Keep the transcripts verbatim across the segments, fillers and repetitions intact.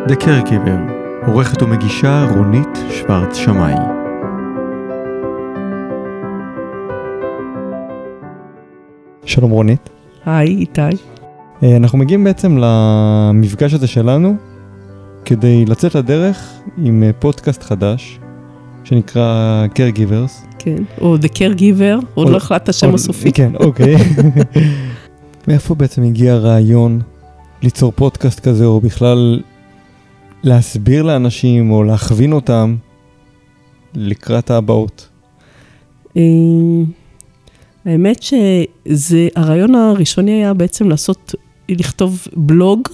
The Caregiver, עורכת ומגישה רונית שוורץ שמאי. שלום רונית. היי איתי. אנחנו מגיעים בעצם למפגש הזה שלנו כדי לצאת לדרך עם פודקאסט חדש שנקרא Caregivers. כן, או The Caregiver, עוד לא החלטת השם הסופי. כן, אוקיי. מאיפה בעצם הגיע הרעיון ליצור פודקאסט כזה, או בכלל להסביר לאנשים או להכווין אותם לקראת הבאות? האמת שזה, הרעיון הראשוני היה בעצם לעשות, לכתוב בלוג.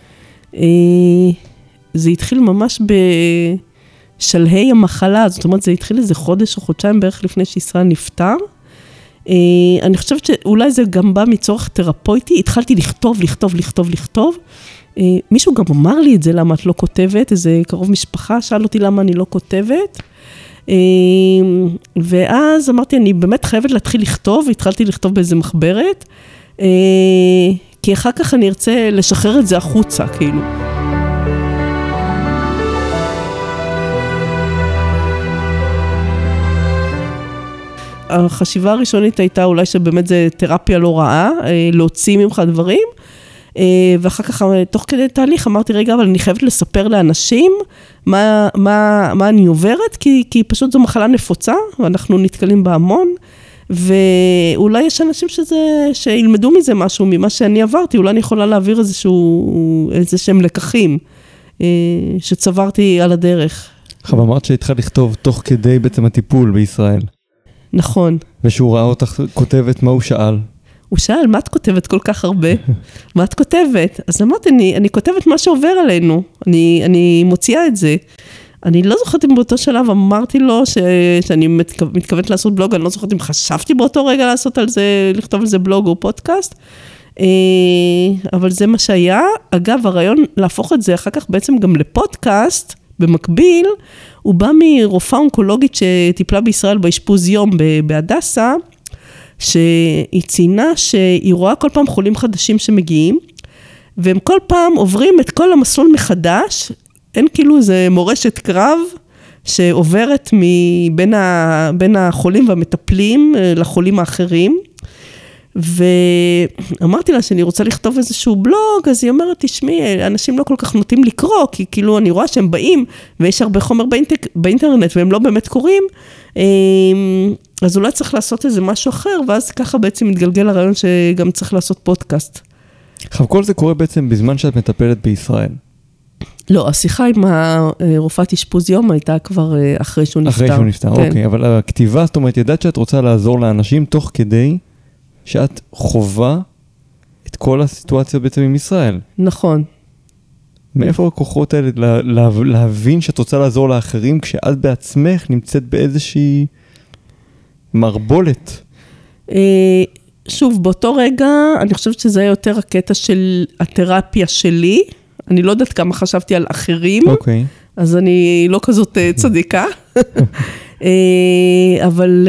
זה התחיל ממש בשלהי המחלה, זאת אומרת זה התחיל איזה חודש או חודשיים בערך לפני שישראל נפטר. אני חושבת שאולי זה גם בא מצורך תרפויטי, התחלתי לכתוב, לכתוב, לכתוב, לכתוב. מישהו גם אמר לי את זה, למה את לא כותבת, איזה קרוב משפחה שאל אותי למה אני לא כותבת. ואז אמרתי, אני באמת חייבת להתחיל לכתוב, והתחלתי לכתוב באיזה מחברת, כי אחר כך אני ארצה לשחרר את זה החוצה, כאילו. החשיבה הראשונית הייתה אולי שבאמת זה תרפיה לא רעה, להוציא ממך דברים, ואחר כך תוך כדי תהליך אמרתי, רגע, אבל אני חייבת לספר לאנשים מה, מה, מה אני עוברת, כי, כי פשוט זו מחלה נפוצה, ואנחנו נתקלים בה המון, ואולי יש אנשים שזה, שילמדו מזה משהו, ממה שאני עברתי, אולי אני יכולה להעביר איזשהו, איזשהם לקחים, שצברתי על הדרך. עכשיו אמרת שהתחלת לכתוב תוך כדי בעצם הטיפול בישראל. נכון. ושהוא ראה אותך כותבת, מה הוא שאל? הוא שאל, מה את כותבת כל כך הרבה? מה את כותבת? אז אמרתי, אני, אני כותבת מה שעובר עלינו. אני, אני מוציאה את זה. אני לא זוכרת אם באותו שלב אמרתי לו ש, שאני מתכו, מתכוונת לעשות בלוג, אני לא זוכרת אם חשבתי באותו רגע לעשות על זה, לכתוב על זה בלוג או פודקאסט. אבל זה מה שהיה. אגב, הרעיון להפוך את זה אחר כך בעצם גם לפודקאסט, במקביל, הוא בא מרופאה אונקולוגית שטיפלה בישראל באשפוז יום בהדסה, שהיא ציינה שהיא רואה כל פעם חולים חדשים שמגיעים, והם כל פעם עוברים את כל המסלול מחדש, אין כאילו איזה מורשת קרב שעוברת מבין ה, בין החולים והמטפלים לחולים האחרים, ואמרתי לה שאני רוצה לכתוב איזשהו בלוג, אז היא אומרת, תשמעי, אנשים לא כל כך נוטים לקרוא, כי כאילו אני רואה שהם באים, ויש הרבה חומר באינט... באינטרנט, והם לא באמת קוראים, אז אולי צריך לעשות איזה משהו אחר, ואז ככה בעצם מתגלגל הרעיון שגם צריך לעשות פודקאסט. עכשיו, כל זה קורה בעצם בזמן שאת מטפלת בישראל. לא, השיחה עם הרופאת אשפוז יום הייתה כבר אחרי שהוא נפטר. אחרי שהוא נפטר, כן. אוקיי, אבל הכתיבה, זאת אומרת, ידעת שאת רוצה לעזור לאנשים תוך כדי שאת חובה את כל הסיטואציה בעצם עם ישראל. נכון. מאיפה הכוחות האלה לה, לה, להבין שאת רוצה לעזור לאחרים, כשאת בעצמך נמצאת באיזושהי מרבולת? שוב, באותו רגע, אני חושבת שזה היה יותר הקטע של התרפיה שלי. אני לא יודעת כמה חשבתי על אחרים, אוקיי. אז אני לא כזאת צדיקה. אבל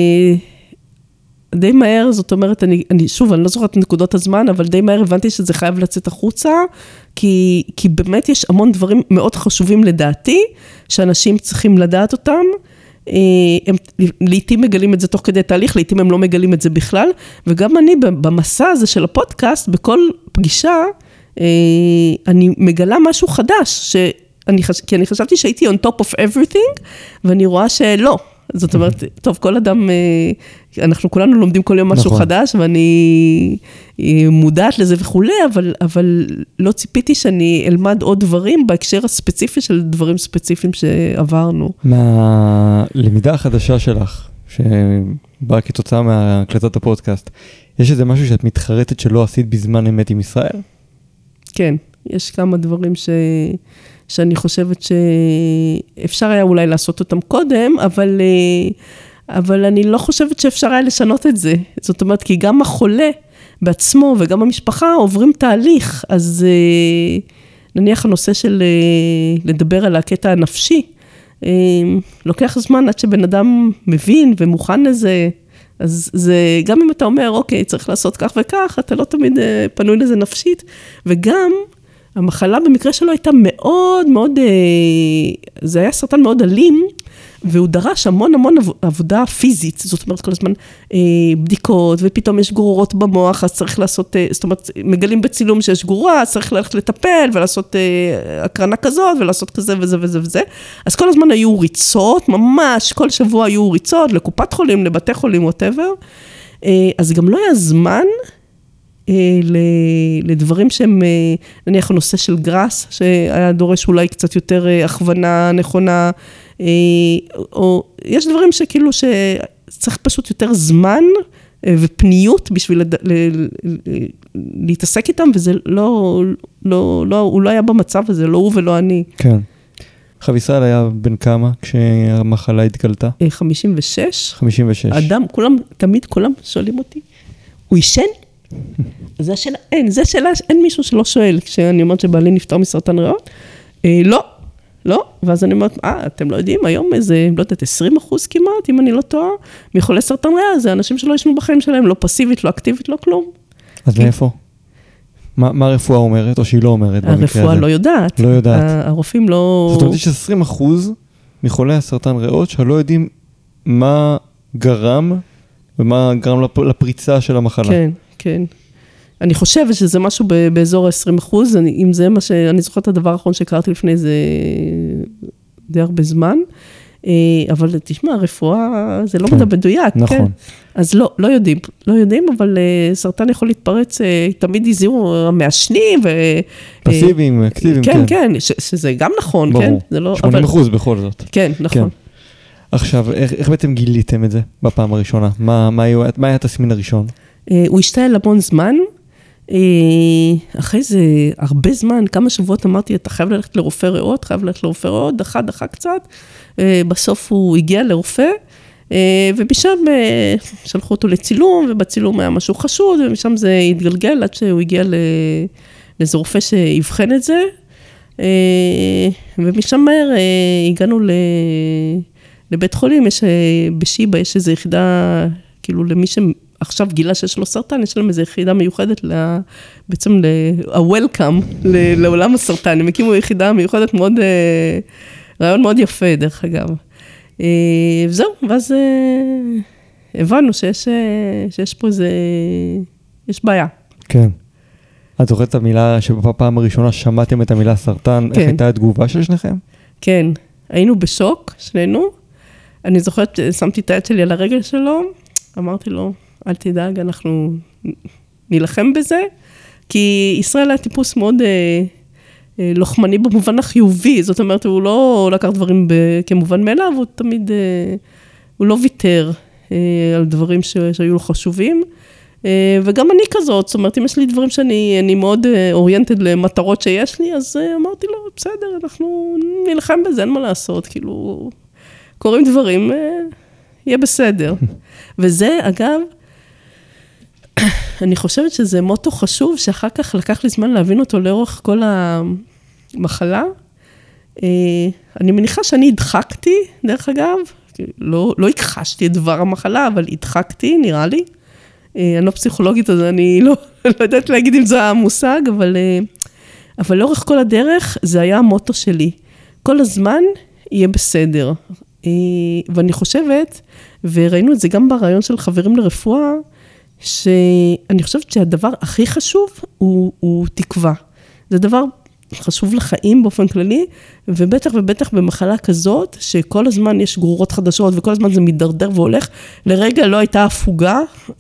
די מהר, זאת אומרת, אני, אני, שוב, אני לא זוכרת נקודות הזמן, אבל די מהר הבנתי שזה חייב לצאת החוצה, כי, כי באמת יש המון דברים מאוד חשובים לדעתי, שאנשים צריכים לדעת אותם, הם לעתים מגלים את זה תוך כדי תהליך, לעתים הם לא מגלים את זה בכלל, וגם אני במסע הזה של הפודקאסט, בכל פגישה, אני מגלה משהו חדש, שאני, כי אני חשבתי שהייתי on top of everything, ואני רואה שלא. זאת אומרת, טוב, כל אדם, אנחנו כולנו לומדים כל יום משהו נכון. חדש, ואני מודעת לזה וכו', אבל, אבל לא ציפיתי שאני אלמד עוד דברים בהקשר הספציפי של דברים ספציפיים שעברנו. מהלמידה החדשה שלך, שבאה כתוצאה מהקלטת הפודקאסט, יש איזה משהו שאת מתחרטת שלא עשית בזמן אמת עם ישראל? כן, יש כמה דברים ש... שאני חושבת שאפשר היה אולי לעשות אותם קודם, אבל, אבל אני לא חושבת שאפשר היה לשנות את זה. זאת אומרת, כי גם החולה בעצמו וגם המשפחה עוברים תהליך, אז נניח הנושא של לדבר על הקטע הנפשי, לוקח זמן עד שבן אדם מבין ומוכן לזה, אז זה, גם אם אתה אומר, אוקיי, צריך לעשות כך וכך, אתה לא תמיד פנוי לזה נפשית, וגם המחלה במקרה שלו הייתה מאוד מאוד, זה היה סרטן מאוד אלים, והוא דרש המון המון עבודה פיזית, זאת אומרת כל הזמן בדיקות, ופתאום יש גרורות במוח, אז צריך לעשות, זאת אומרת, מגלים בצילום שיש גרורה, אז צריך ללכת לטפל, ולעשות הקרנה כזאת, ולעשות כזה וזה וזה וזה. אז כל הזמן היו ריצות, ממש, כל שבוע היו ריצות, לקופת חולים, לבתי חולים, whatever. אז גם לא היה זמן, לדברים שהם, נניח הנושא של גרס, שהיה דורש אולי קצת יותר הכוונה נכונה, או יש דברים שכאילו שצריך פשוט יותר זמן ופניות בשביל להתעסק איתם, וזה לא, לא, לא, הוא לא היה במצב הזה, לא הוא ולא אני. כן. עכשיו ישראל היה בן כמה כשהמחלה התגלתה? חמישים ושש. חמישים ושש. אדם, כולם, תמיד כולם שואלים אותי, הוא ישן? זה השאלה, אין, זה שאלה, אין מישהו שלא שואל, כשאני אומרת שבעלי נפטר מסרטן ריאות, אה, לא, לא, ואז אני אומרת, אה, אתם לא יודעים, היום איזה, לא יודעת, עשרים אחוז כמעט, אם אני לא טועה, מחולי סרטן ריאה, זה אנשים שלא ישנו בחיים שלהם, לא פסיבית, לא אקטיבית, לא כלום. אז מאיפה? מה, מה הרפואה אומרת, או שהיא לא אומרת במקרה הזה? הרפואה לא יודעת. לא יודעת. הרופאים לא... זאת אומרת, יש עשרים אחוז מחולי הסרטן ריאות, שלא יודעים מה גרם, ומה גרם לפריצה של המחלה. כן, כן. אני חושבת שזה משהו באזור ה-עשרים אחוז, אם זה מה שאני זוכרת, הדבר האחרון שקראתי לפני זה די הרבה זמן, אבל תשמע, הרפואה זה לא מדע מדויק, נכון. אז לא, לא יודעים, לא יודעים, אבל סרטן יכול להתפרץ, תמיד הזהירו המעשנים, פסיביים, אקטיביים, כן. כן, כן, שזה גם נכון, כן? ברור, שמונים אחוז בכל זאת. כן, נכון. עכשיו, איך בעצם גיליתם את זה בפעם הראשונה? מה היה התסמין הראשון? הוא השתעל המון זמן, אחרי זה הרבה זמן, כמה שבועות אמרתי, אתה חייב ללכת לרופא ריאות, חייב ללכת לרופא ריאות, דחה, דחה קצת, בסוף הוא הגיע לרופא, ומשם שלחו אותו לצילום, ובצילום היה משהו חשוד, ומשם זה התגלגל עד שהוא הגיע לאיזה רופא שיבחן את זה, ומשם מהר הגענו לבית חולים, יש בשיבא, יש איזו יחידה, כאילו למי ש... עכשיו גילה שיש לו סרטן, יש להם איזו יחידה מיוחדת, בעצם ל-welcome לעולם הסרטן. הם הקימו יחידה מיוחדת מאוד, רעיון מאוד יפה, דרך אגב. וזהו, ואז הבנו שיש, שיש פה איזה, יש בעיה. כן. את זוכרת את המילה, שבפעם הראשונה שמעתם את המילה סרטן, איך הייתה התגובה של שניכם? כן, היינו בשוק, שנינו. אני זוכרת, שמתי את היד שלי על הרגל שלו, אמרתי לו, אל תדאג, אנחנו נלחם בזה, כי ישראל היה טיפוס מאוד אה, אה, לוחמני במובן החיובי, זאת אומרת, הוא לא לקח דברים ב, כמובן מאליו, הוא תמיד, אה, הוא לא ויתר אה, על דברים ש, שהיו לו חשובים, אה, וגם אני כזאת, זאת אומרת, אם יש לי דברים שאני אני מאוד אה, אוריינטד למטרות שיש לי, אז אה, אמרתי לו, בסדר, אנחנו נלחם בזה, אין מה לעשות, כאילו, קוראים דברים, אה, יהיה בסדר. וזה, אגב, אני חושבת שזה מוטו חשוב, שאחר כך לקח לי זמן להבין אותו לאורך כל המחלה. אני מניחה שאני הדחקתי, דרך אגב, לא, לא הכחשתי את דבר המחלה, אבל הדחקתי, נראה לי. אני לא פסיכולוגית, אז אני לא, לא יודעת להגיד אם זה המושג, אבל, אבל לאורך כל הדרך, זה היה המוטו שלי. כל הזמן יהיה בסדר. ואני חושבת, וראינו את זה גם ברעיון של חברים לרפואה, שאני חושבת שהדבר הכי חשוב הוא, הוא תקווה. זה דבר חשוב לחיים באופן כללי, ובטח ובטח במחלה כזאת, שכל הזמן יש גרורות חדשות, וכל הזמן זה מתדרדר והולך, לרגע לא הייתה הפוגה,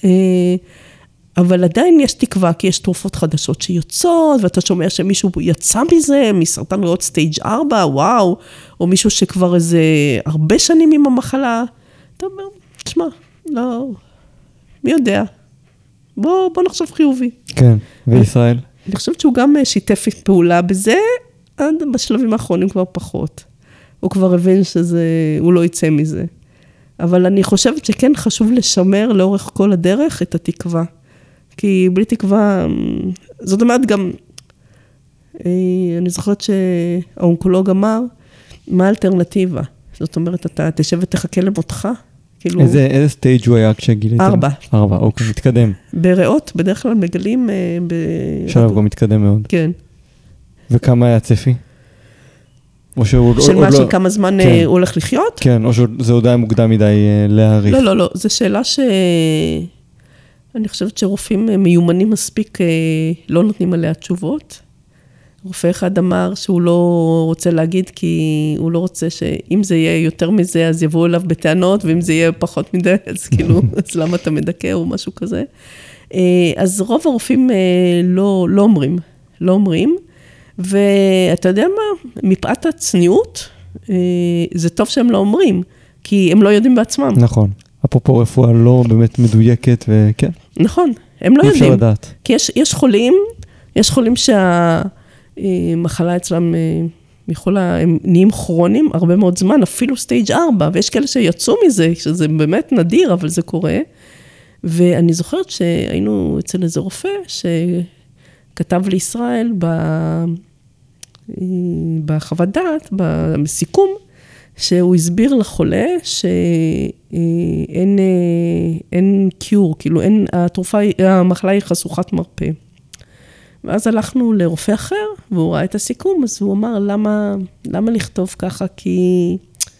אבל עדיין יש תקווה, כי יש תרופות חדשות שיוצאות, ואתה שומע שמישהו יצא מזה, מסרטן ריאות סטייג' ארבע, וואו, או מישהו שכבר איזה הרבה שנים עם המחלה, אתה אומר, תשמע, לא, מי יודע, בוא, בוא נחשוב חיובי. כן, וישראל? אני חושבת שהוא גם שיתף פעולה בזה, עד בשלבים האחרונים כבר פחות. הוא כבר הבין שזה, הוא לא יצא מזה. אבל אני חושבת שכן חשוב לשמר לאורך כל הדרך את התקווה. כי בלי תקווה, זאת אומרת גם, אני זוכרת שהאונקולוג אמר, מה האלטרנטיבה? זאת אומרת, אתה תשב ותחכה למותך? כאילו... איזה, איזה סטייג' הוא היה כשגיליתם? ארבע. ארבע, אוקיי, מתקדם. בריאות, בדרך כלל מגלים... ב... שלב גם מתקדם מאוד. כן. וכמה היה צפי? או שהוא של עוד מה, לא... של כמה זמן כן. הוא הולך לחיות? כן, או שזה עוד היה מוקדם מדי להעריך. לא, לא, לא, זו שאלה ש... אני חושבת שרופאים מיומנים מספיק לא נותנים עליה תשובות. רופא אחד אמר שהוא לא רוצה להגיד, כי הוא לא רוצה שאם זה יהיה יותר מזה, אז יבואו אליו בטענות, ואם זה יהיה פחות מדי, אז כאילו, אז למה אתה מדכא או משהו כזה. אז רוב הרופאים לא, לא אומרים, לא אומרים, ואתה יודע מה, מפאת הצניעות, זה טוב שהם לא אומרים, כי הם לא יודעים בעצמם. נכון. אפרופו רפואה לא באמת מדויקת, וכן. נכון, הם לא יודעים. אפשר לדעת. כי יש, יש חולים, יש חולים שהמחלה אצלם יכולה, הם נהיים כרונים הרבה מאוד זמן, אפילו סטייג' ארבע, ויש כאלה שיצאו מזה, שזה באמת נדיר, אבל זה קורה. ואני זוכרת שהיינו אצל איזה רופא, שכתב לישראל בחוות דעת, בסיכום, שהוא הסביר לחולה שאין אין קיור, כאילו אין, התרופה, המחלה היא חשוכת מרפא. ואז הלכנו לרופא אחר, והוא ראה את הסיכום, אז הוא אמר, למה, למה לכתוב ככה? כי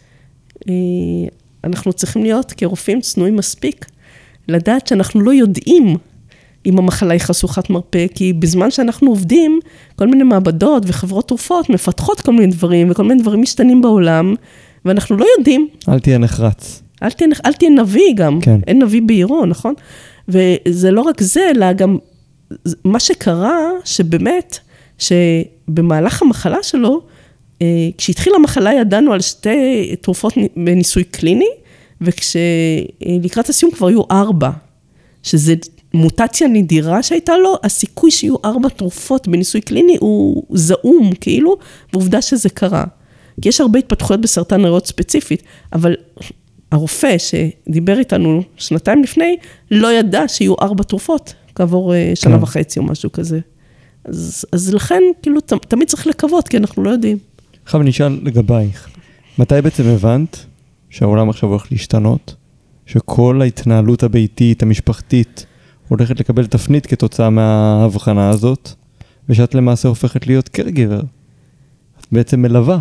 אנחנו צריכים להיות כרופאים צנועים מספיק, לדעת שאנחנו לא יודעים אם המחלה היא חשוכת מרפא, כי בזמן שאנחנו עובדים, כל מיני מעבדות וחברות תרופות מפתחות כל מיני דברים, וכל מיני דברים משתנים בעולם, ואנחנו לא יודעים. אל תהיה נחרץ. אל תהיה, אל תהיה נביא גם. כן. אין נביא בעירו, נכון? וזה לא רק זה, אלא גם מה שקרה, שבאמת, שבמהלך המחלה שלו, כשהתחילה המחלה ידענו על שתי תרופות בניסוי קליני, וכשלקראת הסיום כבר היו ארבע, שזה מוטציה נדירה שהייתה לו, הסיכוי שיהיו ארבע תרופות בניסוי קליני הוא זעום, כאילו, ועובדה שזה קרה. כי יש הרבה התפתחויות בסרטן ריאות ספציפית, אבל הרופא שדיבר איתנו שנתיים לפני, לא ידע שיהיו ארבע תרופות, כעבור שנה כן. וחצי או משהו כזה. אז, אז לכן, כאילו, ת, תמיד צריך לקוות, כי אנחנו לא יודעים. עכשיו נשאל לגבייך, מתי בעצם הבנת שהעולם עכשיו הולך להשתנות, שכל ההתנהלות הביתית, המשפחתית, הולכת לקבל תפנית כתוצאה מההבחנה הזאת, ושאת למעשה הופכת להיות קרגבר. את בעצם מלווה.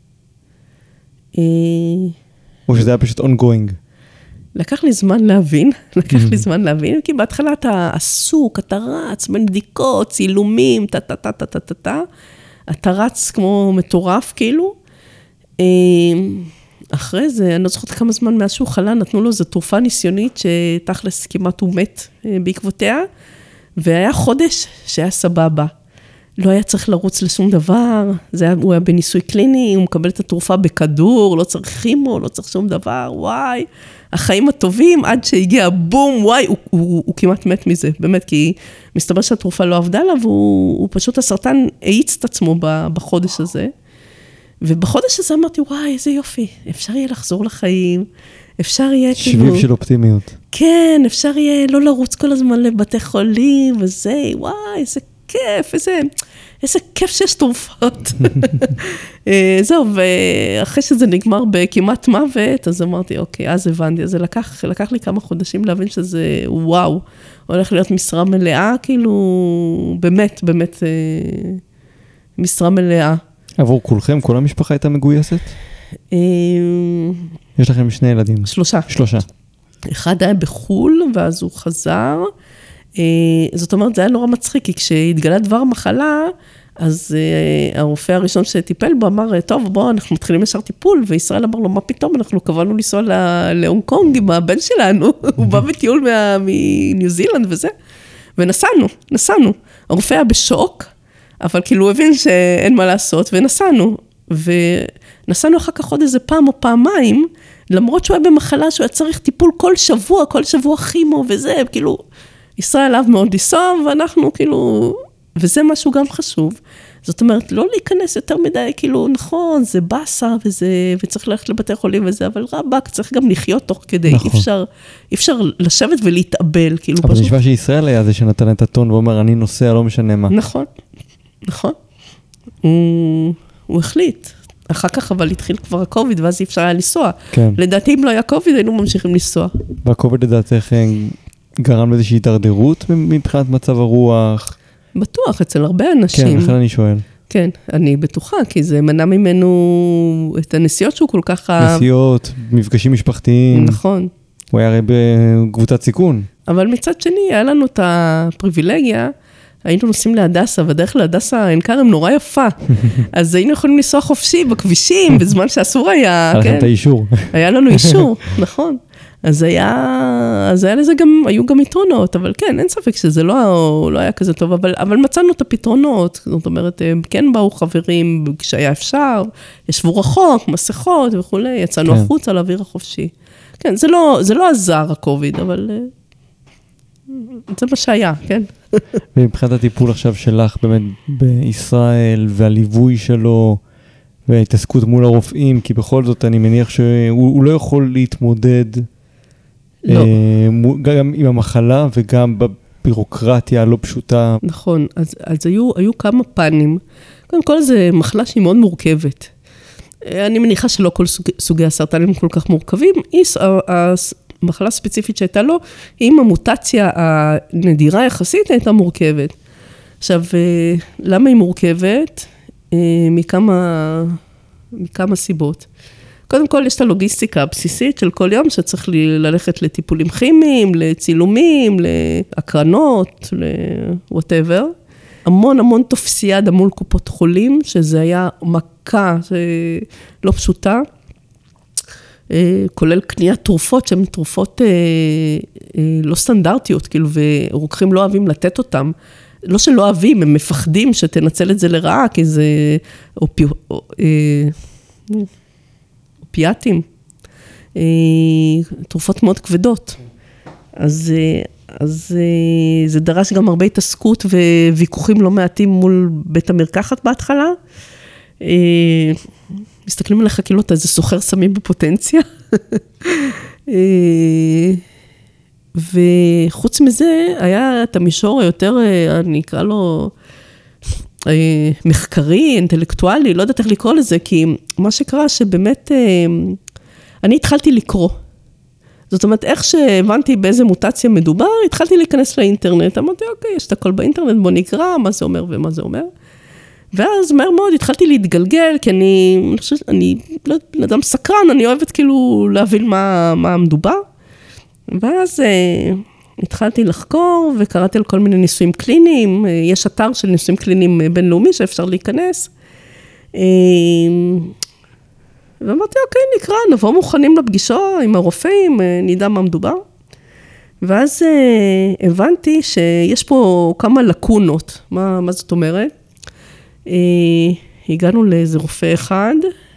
או שזה היה פשוט ongoing. לקח לי זמן להבין, לקח לי זמן להבין, כי בהתחלה אתה עסוק, אתה רץ, בין בדיקות, צילומים, טה-טה-טה-טה-טה-טה, אתה רץ כמו מטורף, כאילו. אחרי זה, אני לא זוכרת כמה זמן מאז שהוא חלה, נתנו לו איזו תרופה ניסיונית, שתכלס כמעט הוא מת בעקבותיה, והיה חודש שהיה סבבה. לא היה צריך לרוץ לשום דבר, זה היה, הוא היה בניסוי קליני, הוא מקבל את התרופה בכדור, לא צריך כימו, לא צריך שום דבר, וואי, החיים הטובים, עד שהגיע בום, וואי, הוא, הוא, הוא, הוא כמעט מת מזה, באמת, כי מסתבר שהתרופה לא עבדה לה, והוא הוא פשוט הסרטן האיץ את עצמו בחודש הזה, ובחודש הזה אמרתי, וואי, איזה יופי, אפשר יהיה לחזור לחיים, אפשר יהיה כאילו... שביב של אופטימיות. כן, אפשר יהיה לא לרוץ כל הזמן לבתי חולים, וזה, וואי, איזה כיף, איזה, איזה כיף שיש תרופות. זהו, ואחרי שזה נגמר בכמעט מוות, אז אמרתי, אוקיי, אז הבנתי, אז זה לקח, לקח לי כמה חודשים להבין שזה, וואו, הולך להיות משרה מלאה, כאילו, באמת, באמת, משרה מלאה. עבור כולכם, כל המשפחה הייתה מגויסת? יש לכם שני ילדים? שלושה. שלושה. אחד היה בחול, ואז הוא חזר. זאת אומרת, זה היה נורא מצחיק, כי כשהתגלה דבר המחלה, אז הרופא הראשון שטיפל בו אמר, טוב, בוא, אנחנו מתחילים ישר טיפול, וישראל אמר לו, מה פתאום, אנחנו קבענו לנסוע להונג קונג עם הבן שלנו, הוא בא בטיול מניו זילנד וזה, ונסענו, נסענו. הרופא היה בשוק, אבל כאילו הוא הבין שאין מה לעשות, ונסענו, ונסענו אחר כך עוד איזה פעם או פעמיים, למרות שהוא היה במחלה, שהוא היה צריך טיפול כל שבוע, כל שבוע כימו וזה, כאילו, ישראל אהב מאוד לנסוע, ואנחנו כאילו, וזה משהו גם חשוב, זאת אומרת, לא להיכנס יותר מדי, כאילו, נכון, זה בסה, וזה, וצריך ללכת לבתי חולים וזה, אבל רבק, צריך גם לחיות תוך כדי, נכון. אי אפשר, אי אפשר לשבת ולהתאבל, כאילו, אבל פשוט. נשמע שישראל היה זה שנתן את הטון, ואומר, אני נוסע, לא משנה מה. נכון, נכון. הוא, הוא החליט. אחר כך אבל התחיל כבר הקוביד, ואז אי אפשר היה לנסוע. כן. לדעתי, אם לא היה קוביד, היינו ממשיכים לנסוע. והקוביד לדעתך גרם לאיזושהי התדרדרות מבחינת מצב הרוח? בטוח, אצל הרבה אנשים. כן, לכן אני שואל. כן, אני בטוחה, כי זה מנע ממנו את הנסיעות שהוא כל כך... נסיעות, מפגשים משפחתיים. נכון. הוא היה הרי בקבוצת סיכון. אבל מצד שני, היה לנו את הפריבילגיה, היינו נוסעים להדסה, והדרך להדסה עין כרם נורא יפה. אז היינו יכולים לנסוע חופשי בכבישים, בזמן שאסור היה. היה לכם את האישור. היה לנו אישור, נכון. אז היה, אז היה לזה גם, היו גם יתרונות, אבל כן, אין ספק שזה לא, לא היה כזה טוב, אבל, אבל מצאנו את הפתרונות, זאת אומרת, כן באו חברים כשהיה אפשר, ישבו רחוק, מסכות וכולי, יצאנו כן. החוצה לאוויר החופשי. כן, זה לא, זה לא עזר הקוביד, אבל זה מה שהיה, כן. ומבחינת הטיפול עכשיו שלך באמת בישראל, והליווי שלו, וההתעסקות מול הרופאים, כי בכל זאת אני מניח שהוא לא יכול להתמודד לא. גם עם המחלה וגם בבירוקרטיה הלא פשוטה. נכון, אז, אז היו, היו כמה פנים. קודם כל זה מחלה שהיא מאוד מורכבת. אני מניחה שלא כל סוג, סוגי הסרטנים הם כל כך מורכבים. איס, המחלה הספציפית שהייתה לו, עם המוטציה הנדירה יחסית הייתה מורכבת. עכשיו, למה היא מורכבת? מכמה, מכמה סיבות. קודם כל, יש את הלוגיסטיקה הבסיסית של כל יום, שצריך ללכת לטיפולים כימיים, לצילומים, להקרנות, ל-whatever. המון המון תופסיאדה מול קופות חולים, שזה היה מכה לא פשוטה, כולל קניית תרופות, שהן תרופות לא סטנדרטיות, כאילו, ורוקחים לא אוהבים לתת אותן. לא שלא אוהבים, הם מפחדים שתנצל את זה לרעה, כי זה אופי... אופיאטים, תרופות מאוד כבדות. אז, אז זה דרש גם הרבה התעסקות וויכוחים לא מעטים מול בית המרקחת בהתחלה. מסתכלים עליך כאילו אתה איזה סוחר סמים בפוטנציה. וחוץ מזה, היה את המישור היותר, אני אקרא לו, מחקרי, אינטלקטואלי, לא יודעת איך לקרוא לזה, כי מה שקרה שבאמת, אני התחלתי לקרוא. זאת אומרת, איך שהבנתי באיזה מוטציה מדובר, התחלתי להיכנס לאינטרנט, אמרתי, אוקיי, יש את הכל באינטרנט, בוא נקרא מה זה אומר ומה זה אומר. ואז מהר מאוד התחלתי להתגלגל, כי אני, אני חושבת, אני לא אדם סקרן, אני אוהבת כאילו להבין מה, מה מדובר. ואז אה, התחלתי לחקור וקראתי על כל מיני ניסויים קליניים, יש אתר של ניסויים קליניים בינלאומי שאפשר להיכנס. אה, ואמרתי, אוקיי, נקרא, נבוא מוכנים לפגישה עם הרופאים, נדע מה מדובר. ואז אה, הבנתי שיש פה כמה לקונות, מה, מה זאת אומרת? אה, הגענו לאיזה רופא אחד,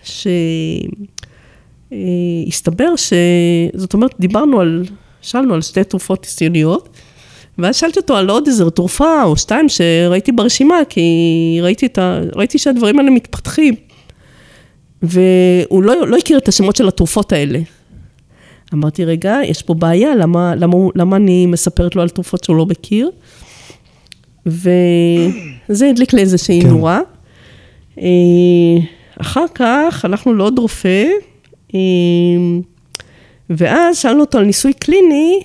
שהסתבר ש... זאת אומרת, דיברנו על... שאלנו על שתי תרופות ניסיוניות, ואז שאלתי אותו על עוד איזו תרופה או שתיים שראיתי ברשימה, כי ראיתי, את ה... ראיתי שהדברים האלה מתפתחים. והוא לא, לא הכיר את השמות של התרופות האלה. אמרתי, רגע, יש פה בעיה, למה, למה, למה אני מספרת לו על תרופות שהוא לא מכיר? וזה הדליק לאיזושהי כן. נורה. אחר כך הלכנו לעוד רופא, ואז שאלנו אותו על ניסוי קליני,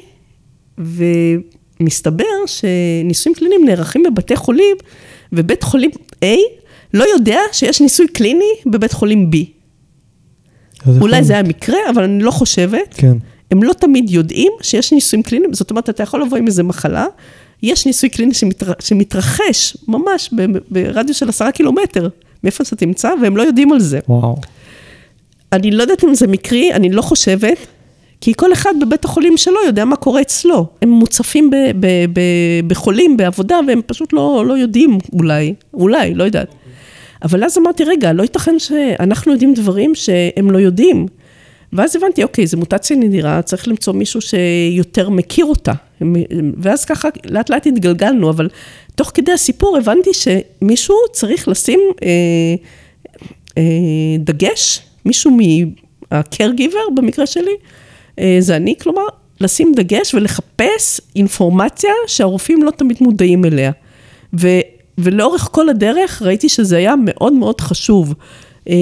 ומסתבר שניסויים קליניים נערכים בבתי חולים, ובית חולים A לא יודע שיש ניסוי קליני בבית חולים B. אולי זה היה מקרה, אבל אני לא חושבת. כן. הם לא תמיד יודעים שיש ניסויים קליניים, זאת אומרת, אתה יכול לבוא עם איזה מחלה, יש ניסוי קליני שמתרחש ממש ברדיוס של עשרה קילומטר, מאיפה אתה תמצא, והם לא יודעים על זה. וואו. אני לא יודעת אם זה מקרי, אני לא חושבת, כי כל אחד בבית החולים שלו יודע מה קורה אצלו. הם מוצפים ב- ב- ב- בחולים, בעבודה, והם פשוט לא, לא יודעים אולי, אולי, לא יודעת. אבל אז אמרתי, רגע, לא ייתכן שאנחנו יודעים דברים שהם לא יודעים. ואז הבנתי, אוקיי, זו מוטציה נדירה, צריך למצוא מישהו שיותר מכיר אותה. ואז ככה לאט לאט התגלגלנו, אבל תוך כדי הסיפור הבנתי שמישהו צריך לשים אה, אה, דגש, מישהו מה-caregiver במקרה שלי, אה, זה אני, כלומר, לשים דגש ולחפש אינפורמציה שהרופאים לא תמיד מודעים אליה. ו, ולאורך כל הדרך ראיתי שזה היה מאוד מאוד חשוב. אה,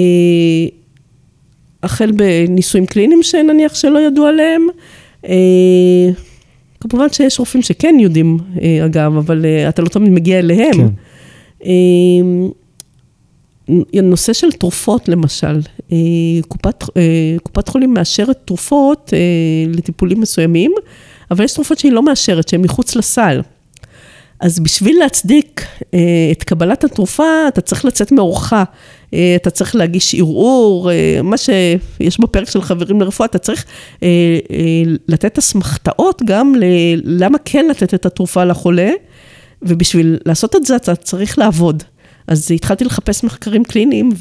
החל בניסויים קליניים שנניח שלא ידעו עליהם, אה, כמובן שיש רופאים שכן יודעים, אה, אגב, אבל אה, אתה לא תמיד מגיע אליהם. כן. אה, נושא של תרופות למשל, קופת, קופת חולים מאשרת תרופות לטיפולים מסוימים, אבל יש תרופות שהיא לא מאשרת, שהן מחוץ לסל. אז בשביל להצדיק את קבלת התרופה, אתה צריך לצאת מאורך, אתה צריך להגיש ערעור, מה שיש בפרק של חברים לרפואה, אתה צריך לתת אסמכתאות גם למה כן לתת את התרופה לחולה, ובשביל לעשות את זה אתה צריך לעבוד. אז התחלתי לחפש מחקרים קליניים,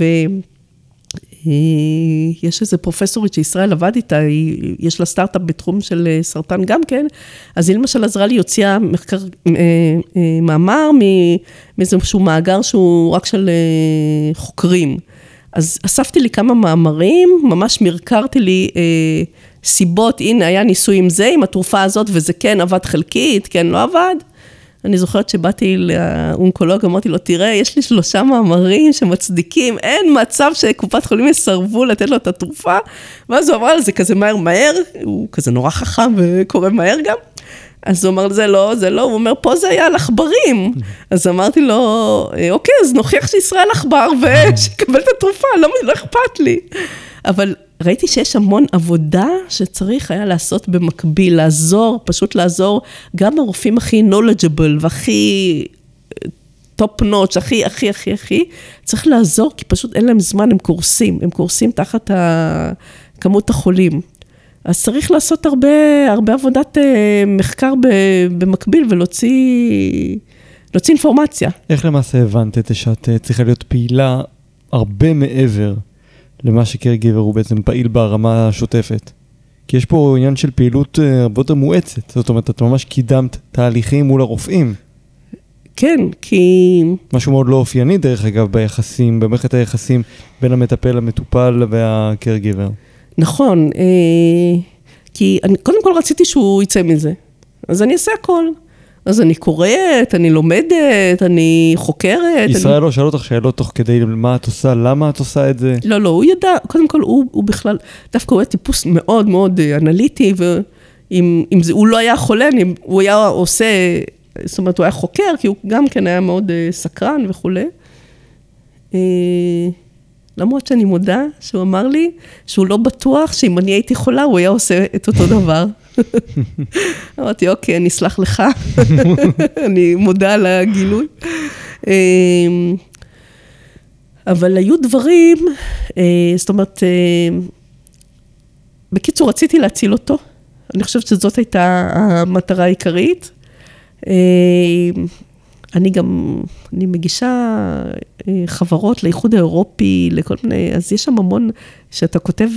ויש איזו פרופסורית שישראל עבד איתה, יש לה סטארט-אפ בתחום של סרטן גם כן, אז היא למשל עזרה לי, הוציאה מחקר, מאמר מאיזשהו מאגר שהוא רק של חוקרים. אז אספתי לי כמה מאמרים, ממש מרקרתי לי סיבות, הנה היה ניסוי עם זה, עם התרופה הזאת, וזה כן עבד חלקית, כן לא עבד. אני זוכרת שבאתי לאונקולוג, אמרתי לו, תראה, יש לי שלושה מאמרים שמצדיקים, אין מצב שקופת חולים יסרבו לתת לו את התרופה, ואז הוא אמר על זה כזה מהר מהר, הוא כזה נורא חכם וקורא מהר גם, אז הוא אמר, זה לא, זה לא, הוא אומר, פה זה היה על עכברים, אז אמרתי לו, אוקיי, אז נוכיח שישראל עכבר, ושקבל את התרופה, לא, לא אכפת לי, אבל ראיתי שיש המון עבודה שצריך היה לעשות במקביל, לעזור, פשוט לעזור, גם הרופאים הכי knowledgeable והכי top notch, הכי, הכי, הכי, הכי, צריך לעזור, כי פשוט אין להם זמן, הם קורסים, הם קורסים תחת כמות החולים. אז צריך לעשות הרבה, הרבה עבודת מחקר במקביל ולהוציא, להוציא אינפורמציה. איך למעשה הבנת את שאת צריכה להיות פעילה הרבה מעבר למה שקרגבר הוא בעצם פעיל ברמה השוטפת? כי יש פה עניין של פעילות הרבה יותר מואצת, זאת אומרת, את ממש קידמת תהליכים מול הרופאים. כן, כי... משהו מאוד לא אופייני דרך אגב ביחסים, במערכת היחסים בין המטפל, המטופל והקרגבר. נכון, כי אני, קודם כל רציתי שהוא יצא מזה, אז אני אעשה הכל. אז אני קוראת, אני לומדת, אני חוקרת. ישראל אני... לא שאל אותך שאלות תוך כדי מה את עושה, למה את עושה את זה? לא, לא, הוא ידע, קודם כל הוא, הוא בכלל, דווקא הוא היה טיפוס מאוד מאוד אנליטי, ואם אם זה, הוא לא היה חולה, אני, הוא היה עושה, זאת אומרת, הוא היה חוקר, כי הוא גם כן היה מאוד סקרן וכו'. למרות שאני מודה שהוא אמר לי שהוא לא בטוח שאם אני הייתי חולה, הוא היה עושה את אותו דבר. אמרתי, אוקיי, אני אסלח לך. אני מודה על הגילוי. אבל היו דברים, זאת אומרת, בקיצור, רציתי להציל אותו. אני חושבת שזאת הייתה המטרה העיקרית. אני גם, אני מגישה חברות לאיחוד האירופי, לכל מיני, אז יש שם המון, שאתה כותב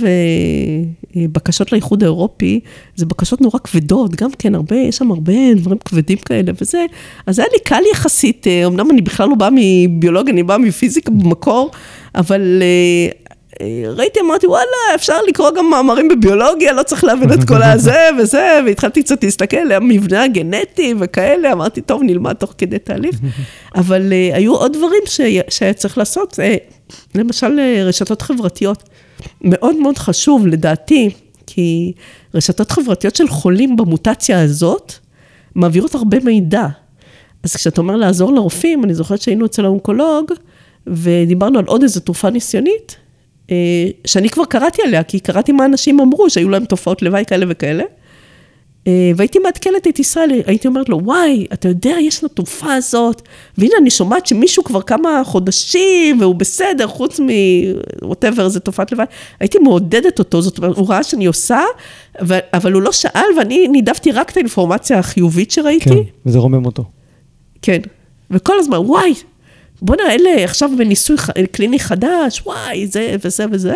בקשות לאיחוד האירופי, זה בקשות נורא כבדות, גם כן הרבה, יש שם הרבה דברים כבדים כאלה וזה, אז היה לי קל יחסית, אמנם אני בכלל לא באה מביולוגיה, אני באה מפיזיקה במקור, אבל ראיתי, אמרתי, וואלה, אפשר לקרוא גם מאמרים בביולוגיה, לא צריך להבין את כל הזה וזה, והתחלתי קצת להסתכל על המבנה הגנטי וכאלה, אמרתי, טוב, נלמד תוך כדי תהליך, אבל היו עוד דברים שהיה צריך לעשות, למשל רשתות חברתיות, מאוד מאוד חשוב לדעתי, כי רשתות חברתיות של חולים במוטציה הזאת, מעבירות הרבה מידע, אז כשאתה אומר לעזור לרופאים, אני זוכרת שהיינו אצל האונקולוג, ודיברנו על עוד איזו תרופה ניסיונית, שאני כבר קראתי עליה, כי קראתי מה אנשים אמרו, שהיו להם תופעות לוואי כאלה וכאלה, והייתי מעדכנת את ישראל, הייתי אומרת לו, וואי, אתה יודע, יש לה תרופה הזאת, והנה אני שומעת שמישהו כבר כמה חודשים, והוא בסדר, חוץ מ-whatever, זה תופעת לוואי, הייתי מעודדת אותו, זאת אומרת, הוא ראה שאני עושה, אבל הוא לא שאל, ואני נידפתי רק את האינפורמציה החיובית שראיתי. כן, וזה רומם אותו. כן, וכל הזמן, וואי, בוא נראה, אלה עכשיו בניסוי קליני חדש, וואי, זה וזה וזה.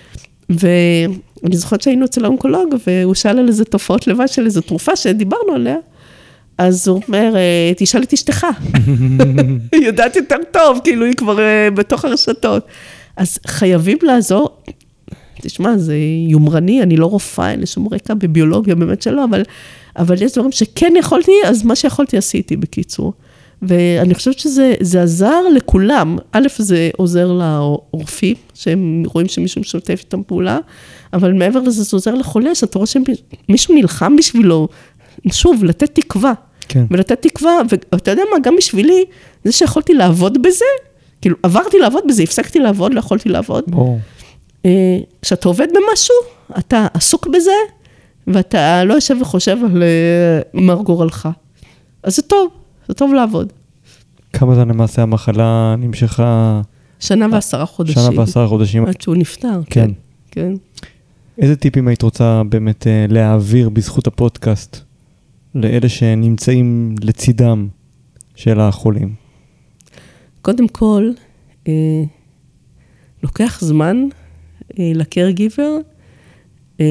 ואני זוכרת שהיינו אצל האונקולוג, והוא שאל על איזה תופעות לוואי של איזו תרופה שדיברנו עליה, אז הוא אומר, תשאל את אשתך. היא יודעת יותר טוב, כאילו היא כבר בתוך הרשתות. אז חייבים לעזור, תשמע, זה יומרני, אני לא רופאה, אין לי שום רקע בביולוגיה, באמת שלא, אבל, אבל יש דברים שכן יכולתי, אז מה שיכולתי עשיתי בקיצור. ואני חושבת שזה זה עזר לכולם. א', זה עוזר לרופאים, שהם רואים שמישהו משתף איתם פעולה, אבל מעבר לזה זה עוזר לחולה, שאתה רואה שמישהו נלחם בשבילו, שוב, לתת תקווה. כן. ולתת תקווה, ואתה יודע מה, גם בשבילי, זה שיכולתי לעבוד בזה, כאילו, עברתי לעבוד בזה, הפסקתי לעבוד, לא יכולתי לעבוד. ברור. כשאתה עובד במשהו, אתה עסוק בזה, ואתה לא יושב וחושב על מר גורלך. אז זה טוב, זה טוב לעבוד. כמה זמן למעשה המחלה נמשכה? שנה ועשרה חודשים. שנה ועשרה חודשים. עד שהוא נפטר. כן. כן. איזה טיפים היית רוצה באמת להעביר בזכות הפודקאסט, לאלה שנמצאים לצידם של החולים? קודם כל, אה, לוקח זמן אה, לקרגיבר, אה,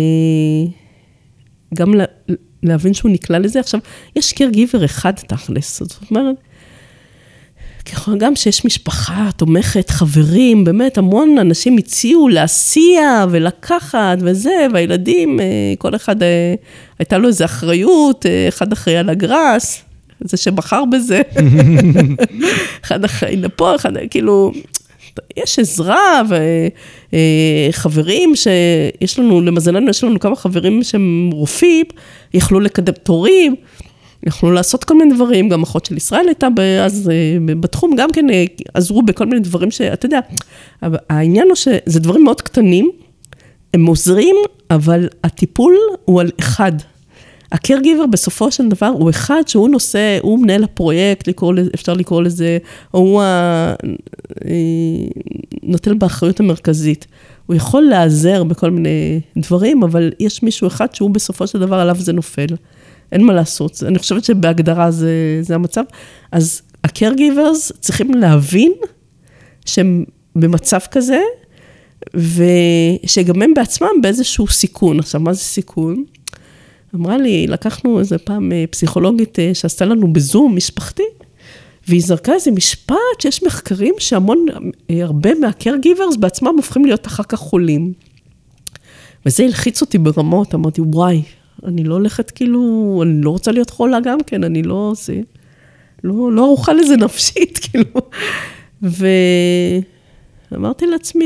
גם לה, להבין שהוא נקלע לזה. עכשיו, יש קרגיבר אחד תכלס, זאת אומרת, גם שיש משפחה תומכת, חברים, באמת המון אנשים הציעו להסיע ולקחת וזה, והילדים, כל אחד הייתה לו איזו אחריות, אחד אחראי על הגרס, זה שבחר בזה, אחד אחראי לפה, אחד, כאילו, יש עזרה וחברים שיש לנו, למזלנו יש לנו כמה חברים שהם רופאים, יכלו לקדם תורים, יכלו לעשות כל מיני דברים, גם אחות של ישראל הייתה אז בתחום, גם כן עזרו בכל מיני דברים שאתה יודע, העניין הוא שזה דברים מאוד קטנים, הם עוזרים, אבל הטיפול הוא על אחד. הקרגיבר בסופו של דבר הוא אחד שהוא נושא, הוא מנהל הפרויקט, לקרוא, אפשר לקרוא לזה, או הוא נוטל באחריות המרכזית. הוא יכול לעזר בכל מיני דברים, אבל יש מישהו אחד שהוא בסופו של דבר עליו זה נופל. אין מה לעשות. אני חושבת שבהגדרה זה, זה המצב. אז ה-caregivers צריכים להבין שהם במצב כזה, ושגם הם בעצמם באיזשהו סיכון. עכשיו, מה זה סיכון? אמרה לי, לקחנו איזה פעם פסיכולוגית שעשתה לנו בזום משפחתי, והיא זרקה איזה משפט שיש מחקרים שהמון, הרבה מה-caregivers בעצמם הופכים להיות אחר כך חולים. וזה הלחיץ אותי ברמות, אמרתי, וואי, אני לא הולכת כאילו, אני לא רוצה להיות חולה גם כן, אני לא, זה, לא, לא ארוחה לזה נפשית, כאילו. ואמרתי לעצמי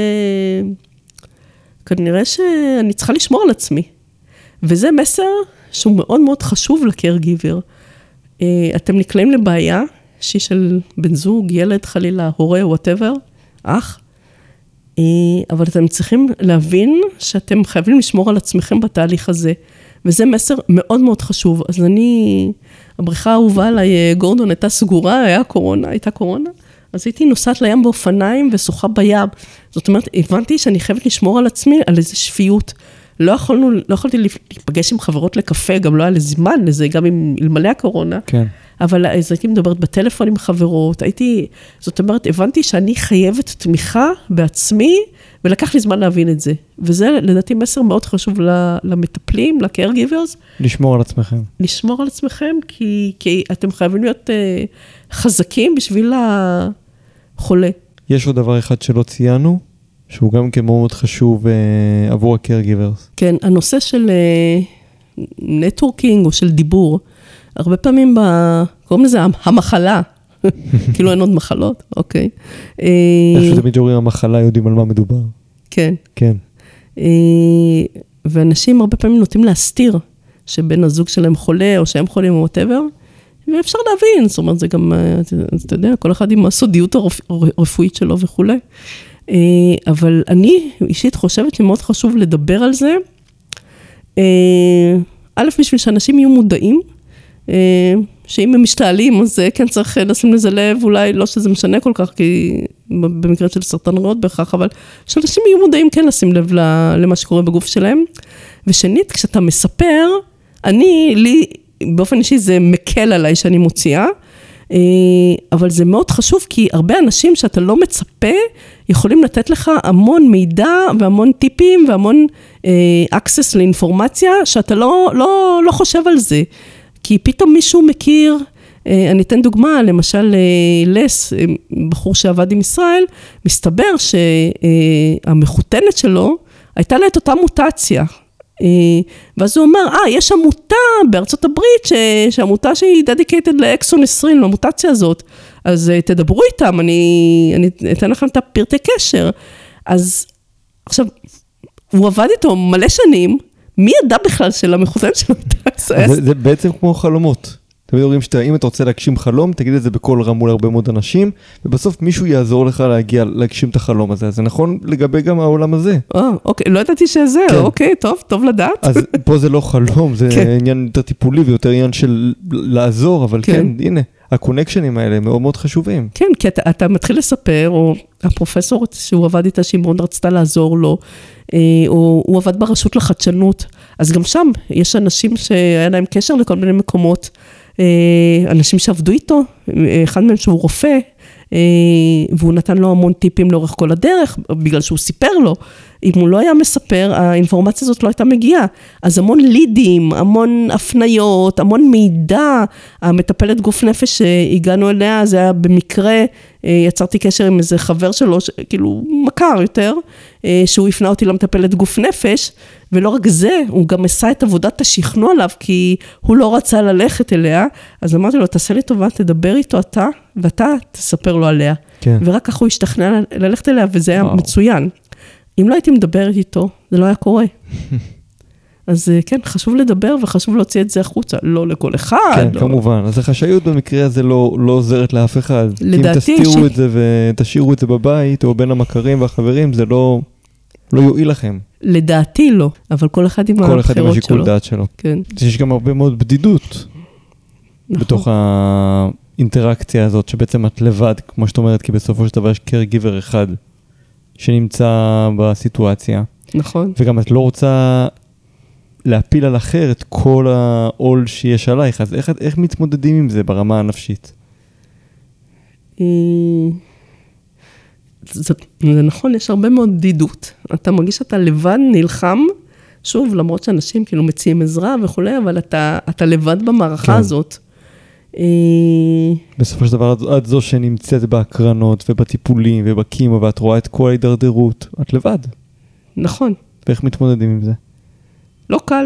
שכנראה שאני צריכה לשמור על עצמי. וזה מסר שהוא מאוד מאוד חשוב לקרגיבר. אתם נקלעים לבעיה, שהיא של בן זוג, ילד, חלילה, הורה, whatever, אח, אבל אתם צריכים להבין שאתם חייבים לשמור על עצמכם בתהליך הזה, וזה מסר מאוד מאוד חשוב. אז אני, הבריכה האהובה עליי, גורדון הייתה סגורה, היה קורונה, הייתה קורונה, אז הייתי נוסעת לים באופניים ושוחה בים. זאת אומרת, הבנתי שאני חייבת לשמור על עצמי, על איזו שפיות. לא יכולנו, לא יכולתי להיפגש עם חברות לקפה, גם לא היה לזמן לזה, גם עם אלמלא הקורונה. כן. אבל אז הייתי מדברת בטלפון עם חברות, הייתי, זאת אומרת, הבנתי שאני חייבת תמיכה בעצמי, ולקח לי זמן להבין את זה. וזה לדעתי מסר מאוד חשוב למטפלים, ל-caregivers. לשמור על עצמכם. לשמור על עצמכם, כי, כי אתם חייבים להיות uh, חזקים בשביל החולה. יש עוד דבר אחד שלא ציינו, שהוא גם כן מאוד חשוב uh, עבור ה-caregivers. כן, הנושא של uh, נטוורקינג או של דיבור, הרבה פעמים, ב... קוראים לזה המחלה, כאילו אין עוד מחלות, אוקיי. איך שתמיד שאומרים המחלה, יודעים על מה מדובר. כן. כן. ואנשים הרבה פעמים נוטים להסתיר, שבן הזוג שלהם חולה, או שהם חולים או whatever, ואפשר להבין, זאת אומרת, זה גם, אתה יודע, כל אחד עם הסודיות הרפואית שלו וכו'. אבל אני אישית חושבת שמאוד חשוב לדבר על זה, א', בשביל שאנשים יהיו מודעים, שאם הם משתעלים, אז כן צריך לשים לזה לב, אולי לא שזה משנה כל כך, כי במקרה של סרטן ריאות בכך, אבל שאנשים יהיו מודעים כן לשים לב למה שקורה בגוף שלהם. ושנית, כשאתה מספר, אני, לי, באופן אישי זה מקל עליי שאני מוציאה, אבל זה מאוד חשוב, כי הרבה אנשים שאתה לא מצפה, יכולים לתת לך המון מידע, והמון טיפים, והמון access לאינפורמציה, שאתה לא, לא, לא חושב על זה. כי פתאום מישהו מכיר, אני אתן דוגמה, למשל לס, בחור שעבד עם ישראל, מסתבר שהמחותנת שלו, הייתה לה את אותה מוטציה. ואז הוא אומר, אה, יש עמותה בארצות הברית, שהעמותה שהיא dedicated לאקסון עשרים, למוטציה הזאת, אז תדברו איתם, אני, אני אתן לכם את הפרטי קשר. אז עכשיו, הוא עבד איתו מלא שנים, מי ידע בכלל של המחותנת שלו? זה בעצם כמו חלומות. תמיד אומרים שאם אתה רוצה להגשים חלום, תגיד את זה בקול רם מול הרבה מאוד אנשים, ובסוף מישהו יעזור לך להגיע, להגשים את החלום הזה. זה נכון לגבי גם העולם הזה. אה, אוקיי, לא ידעתי שזה, אוקיי, טוב, טוב לדעת. אז פה זה לא חלום, זה עניין יותר טיפולי ויותר עניין של לעזור, אבל כן, הנה, הקונקשנים האלה מאוד מאוד חשובים. כן, כי אתה, אתה מתחיל לספר, או הפרופסור שהוא עבד איתה, שהיא מאוד רצתה לעזור לו, או הוא עבד ברשות לחדשנות, אז גם שם יש אנשים שהיה להם קשר לכל מיני מקומות, אנשים שעבדו איתו, אחד מהם שהוא רופא, והוא נתן לו המון טיפים לאורך כל הדרך, בגלל שהוא סיפר לו, אם הוא לא היה מספר, האינפורמציה הזאת לא הייתה מגיעה, אז המון לידים, המון הפניות, המון מידע, המטפלת גוף נפש שהגענו אליה, זה היה במקרה, יצרתי קשר עם איזה חבר שלו, כאילו מכר יותר, שהוא הפנה אותי למטפלת גוף נפש, ולא רק זה, הוא גם עשה את עבודת השכנוע עליו, כי הוא לא רצה ללכת אליה, אז אמרתי לו, תעשה לי טובה, תדבר איתו אתה, ואתה תספר לו עליה. כן. ורק ככה הוא השתכנע ללכת אליה, וזה היה וואו. מצוין. אם לא הייתי מדברת איתו, זה לא היה קורה. אז כן, חשוב לדבר וחשוב להוציא את זה החוצה, לא לכל אחד. כן, לא. כמובן. אז החשאיות במקרה הזה לא, לא עוזרת לאף אחד. לדעתי. אם תסתירו ש... את זה ותשאירו את זה בבית, או בין המכרים והחברים, זה לא, לא יועיל לכם. לדעתי לא, אבל כל אחד עם הבחירות שלו. כל אחד עם השיקול דעת שלו. כן. יש גם הרבה מאוד בדידות. נכון. בתוך האינטראקציה הזאת, שבעצם את לבד, כמו שאת אומרת, כי בסופו של דבר יש קרג'יבר אחד, שנמצא בסיטואציה. נכון. וגם את לא רוצה להפיל על אחר את כל העול שיש עלייך, אז איך, איך מתמודדים עם זה ברמה הנפשית? זה, זה נכון, יש הרבה מאוד בדידות. אתה מרגיש שאתה לבד נלחם, שוב, למרות שאנשים כאילו מציעים עזרה וכו', אבל אתה, אתה לבד במערכה כן. הזאת. בסופו של דבר, את זו שנמצאת בהקרנות ובטיפולים ובקימו, ואת רואה את כל ההידרדרות, את לבד. נכון. ואיך מתמודדים עם זה? לא קל.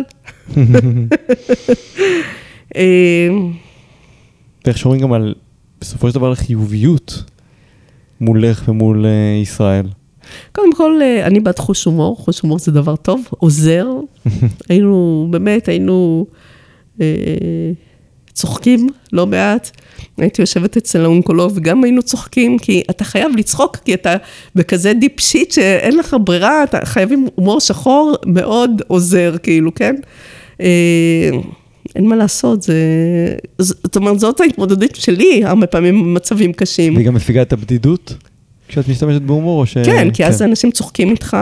ואיך שומעים גם על, בסופו של דבר, חיוביות מולך ומול ישראל. קודם כל, אני בעד חוש הומור, חוש הומור זה דבר טוב, עוזר. היינו, באמת, היינו צוחקים לא מעט. הייתי יושבת אצל האונקולוג, וגם היינו צוחקים, כי אתה חייב לצחוק, כי אתה בכזה דיפ שיט, שאין לך ברירה, אתה חייבים הומור שחור, מאוד עוזר, כאילו, כן? אין מה לעשות, זה... זאת אומרת, זאת ההתמודדות שלי, הרבה פעמים מצבים קשים. והיא גם מפיגה את הבדידות, כשאת משתמשת בהומור, או ש... כן, כי אז אנשים צוחקים איתך,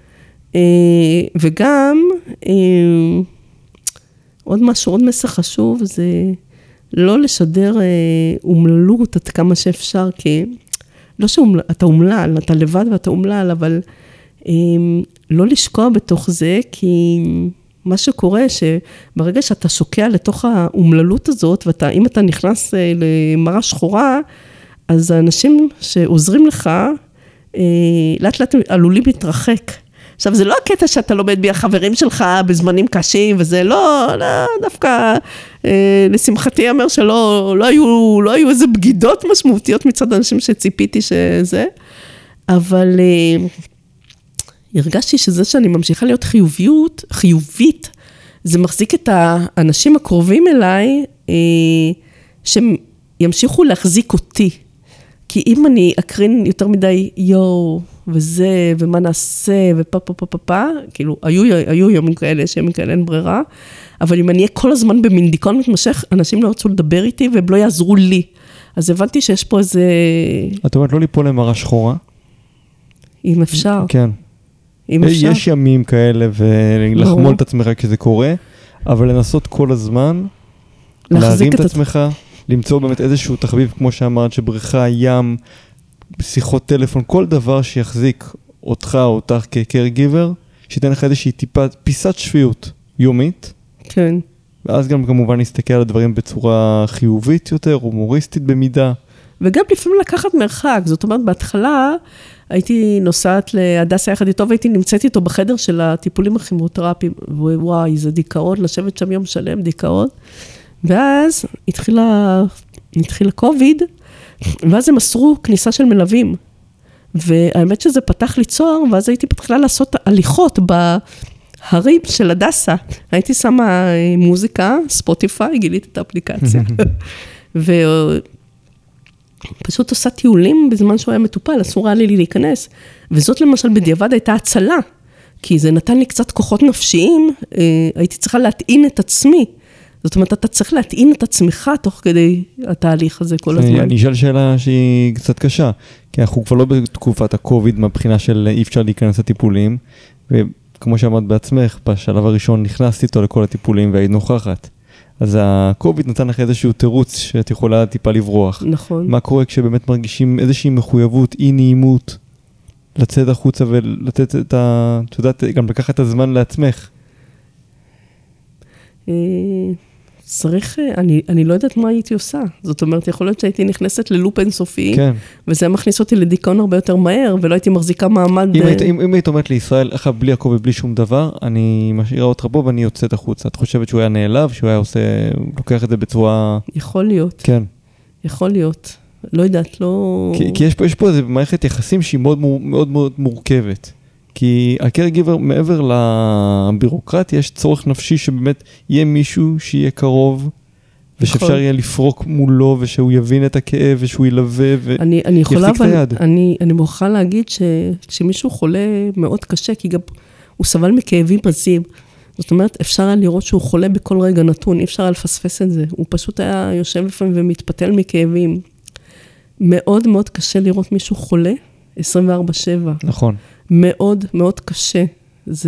וגם, עוד משהו, עוד מסר חשוב, זה... לא לשדר אומללות עד כמה שאפשר, כי לא שאתה אומלל, אתה לבד ואתה אומלל, אבל לא לשקוע בתוך זה, כי מה שקורה שברגע שאתה שוקע לתוך האומללות הזאת, ואם אתה נכנס למראה שחורה, אז האנשים שעוזרים לך, לאט לאט עלולים להתרחק. עכשיו, זה לא הקטע שאתה לומד בי החברים שלך בזמנים קשים, וזה לא, לא דווקא, אה, לשמחתי אמר שלא לא היו, לא היו איזה בגידות משמעותיות מצד אנשים שציפיתי שזה, אבל אה, הרגשתי שזה שאני ממשיכה להיות חיוביות, חיובית, זה מחזיק את האנשים הקרובים אליי, אה, שהם ימשיכו להחזיק אותי. כי אם אני אקרין יותר מדי יו, וזה, ומה נעשה, ופה, פה, פה, פה, פה, כאילו, היו, היו יומים כאלה, שימים כאלה אין ברירה, אבל אם אני אהיה כל הזמן במין דיכאון מתמשך, אנשים לא רצו לדבר איתי, והם לא יעזרו לי. אז הבנתי שיש פה איזה... את אומרת, לא ליפול למראה שחורה? אם אפשר. כן. אם אפשר. יש ימים כאלה, ולחמול את עצמך כשזה קורה, אבל לנסות כל הזמן, להרים את עצמך, למצוא באמת איזשהו תחביב, כמו שאמרת, שבריכה, ים, שיחות טלפון, כל דבר שיחזיק אותך או אותך כקרג'יבר, שייתן לך איזושהי טיפה, פיסת שפיות יומית. כן. ואז גם כמובן נסתכל על הדברים בצורה חיובית יותר, הומוריסטית במידה. וגם לפעמים לקחת מרחק, זאת אומרת, בהתחלה הייתי נוסעת להדסה יחד איתו, והייתי נמצאת איתו בחדר של הטיפולים הכימותרפיים, ווואי, זה דיכאון, לשבת שם יום שלם, דיכאון. ואז התחילה, התחילה קוביד, ואז הם אסרו כניסה של מלווים. והאמת שזה פתח לי צוהר, ואז הייתי בתחילה לעשות הליכות הרים של הדסה. הייתי שמה מוזיקה, ספוטיפיי, גילית את האפליקציה. ופשוט עושה טיולים בזמן שהוא היה מטופל, אסור היה לי להיכנס. וזאת למשל בדיעבד הייתה הצלה, כי זה נתן לי קצת כוחות נפשיים, הייתי צריכה להטעין את עצמי. זאת אומרת, אתה צריך להטעין את עצמך תוך כדי התהליך הזה כל הזמן. אני אשאל שאלה שהיא קצת קשה, כי אנחנו כבר לא בתקופת הקוביד, מהבחינה של אי אפשר להיכנס לטיפולים, וכמו שאמרת בעצמך, בשלב הראשון נכנסתי איתו לכל הטיפולים והיית נוכחת. אז הקוביד נתן לך איזשהו תירוץ שאת יכולה טיפה לברוח. נכון. מה קורה כשבאמת מרגישים איזושהי מחויבות, אי נעימות, לצאת החוצה ולתת את ה... את יודעת, גם לקחת את הזמן לעצמך. צריך, אני, אני לא יודעת מה הייתי עושה. זאת אומרת, יכול להיות שהייתי נכנסת ללופ אינסופי, כן. וזה מכניס אותי לדיכאון הרבה יותר מהר, ולא הייתי מחזיקה מעמד... אם, היית, אם, אם היית אומרת לישראל, אחר בלי עקוב ובלי שום דבר, אני משאירה אותך בו ואני יוצאת החוצה. את חושבת שהוא היה נעלב, שהוא היה עושה, לוקח את זה בצורה... יכול להיות. כן. יכול להיות. לא יודעת, לא... כי, כי יש פה, יש פה איזו מערכת יחסים שהיא מאוד, מאוד, מאוד מורכבת. כי הקרג'יבר, מעבר לבירוקרטיה, יש צורך נפשי שבאמת יהיה מישהו שיהיה קרוב, ושאפשר יהיה לפרוק מולו, ושהוא יבין את הכאב, ושהוא ילווה, ויחזיק את היד. אני, אני מוכרחה להגיד שמישהו חולה מאוד קשה, כי גם הוא סבל מכאבים עזים. זאת אומרת, אפשר היה לראות שהוא חולה בכל רגע נתון, אי אפשר היה לפספס את זה. הוא פשוט היה יושב לפעמים ומתפתל מכאבים. מאוד מאוד קשה לראות מישהו חולה, עשרים וארבע שבע. נכון. מאוד מאוד קשה. זה...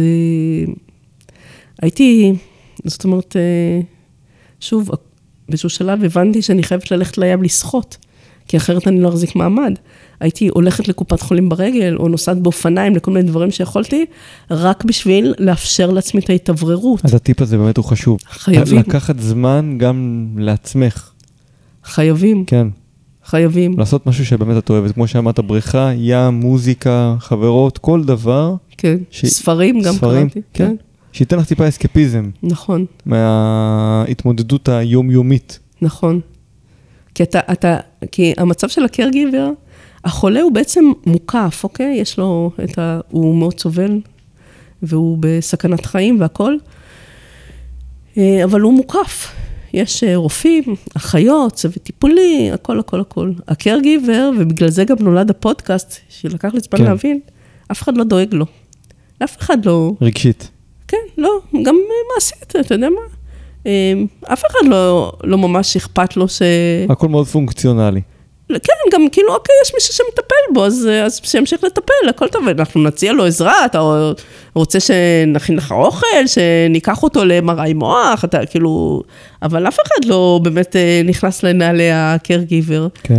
הייתי, זאת אומרת, שוב, באיזשהו שלב הבנתי שאני חייבת ללכת לים לשחות, כי אחרת אני לא אחזיק מעמד. הייתי הולכת לקופת חולים ברגל, או נוסעת באופניים לכל מיני דברים שיכולתי, רק בשביל לאפשר לעצמי את ההתאווררות. אז הטיפ הזה באמת הוא חשוב. חייבים. לקחת זמן גם לעצמך. חייבים. כן. חייבים. לעשות משהו שבאמת את אוהבת, כמו שאמרת, בריכה, ים, מוזיקה, חברות, כל דבר. כן, ש... ספרים גם ספרים, קראתי. כן. כן. שייתן לך טיפה אסקפיזם. נכון. מההתמודדות היומיומית. נכון. כי, אתה, אתה, כי המצב של הקרג'יבר, החולה הוא בעצם מוקף, אוקיי? יש לו את ה... הוא מאוד סובל, והוא בסכנת חיים והכל, אבל הוא מוקף. יש רופאים, אחיות, צוות טיפולי, הכל, הכל, הכל. הקרג'יבר, ובגלל זה גם נולד הפודקאסט, שלקח לי זמן כן. להבין, אף אחד לא דואג לו. אף אחד לא... רגשית. כן, לא, גם מעשית, אתה יודע מה? אף אחד לא, לא ממש אכפת לו ש... הכל מאוד פונקציונלי. כן, גם כאילו, אוקיי, יש מישהו שמטפל בו, אז, אז שימשיך לטפל, הכל טוב, אנחנו נציע לו עזרה, אתה רוצה שנכין לך אוכל, שניקח אותו ל-אם אר איי מוח, אתה כאילו, אבל אף אחד לא באמת נכנס לנעלי הקרג'יבר. כן.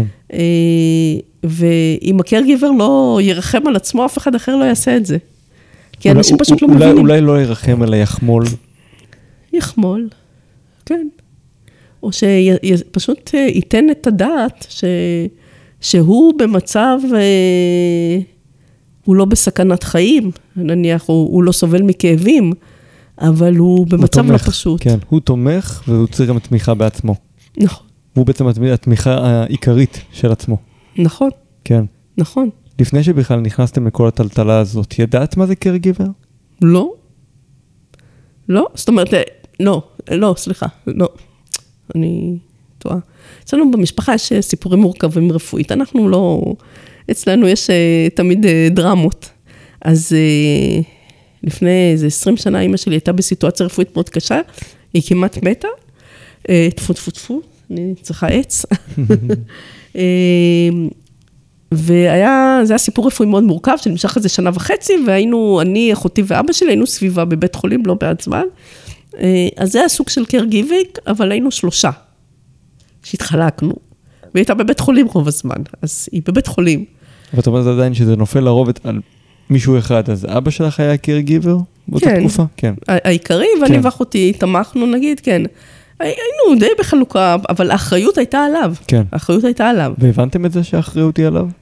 ואם הקרג'יבר לא ירחם על עצמו, אף אחד אחר לא יעשה את זה. כי אולי, אנשים פשוט לא אולי, מבינים. אולי לא ירחם, אלא יחמול. יחמול, כן. או שפשוט ייתן את הדעת ש... שהוא במצב, הוא לא בסכנת חיים, נניח, הוא, הוא לא סובל מכאבים, אבל הוא במצב הוא תומך, לא פשוט. כן, הוא תומך והוא צריך גם תמיכה בעצמו. נכון. הוא בעצם התמיכה העיקרית של עצמו. נכון. כן. נכון. לפני שבכלל נכנסתם לכל הטלטלה הזאת, ידעת מה זה קרג'יבר? לא. לא, זאת אומרת, לא, לא, סליחה, לא. אני טועה. אצלנו במשפחה יש סיפורים מורכבים רפואית, אנחנו לא, אצלנו יש תמיד דרמות. אז לפני איזה עשרים שנה, אמא שלי הייתה בסיטואציה רפואית מאוד קשה, היא כמעט מתה, תפו תפו תפו, אני צריכה עץ. והיה, זה היה סיפור רפואי מאוד מורכב, שנמשך איזה שנה וחצי, והיינו, אני, אחותי ואבא שלי, היינו סביבה בבית חולים, לא בעד זמן. אז זה היה סוג של קרג'יביק, אבל היינו שלושה, שהתחלקנו, והיא הייתה בבית חולים רוב הזמן, אז היא בבית חולים. ואת אומרת עדיין שזה נופל לרוב על מישהו אחד, אז אבא שלך היה קרג'יבר באותה כן. תקופה? כן. העיקרי, ואני ואחותי תמכנו, נגיד, כן. היינו די בחלוקה, אבל האחריות הייתה עליו. כן. האחריות הייתה עליו. והבנתם את זה שהאחריות היא עליו?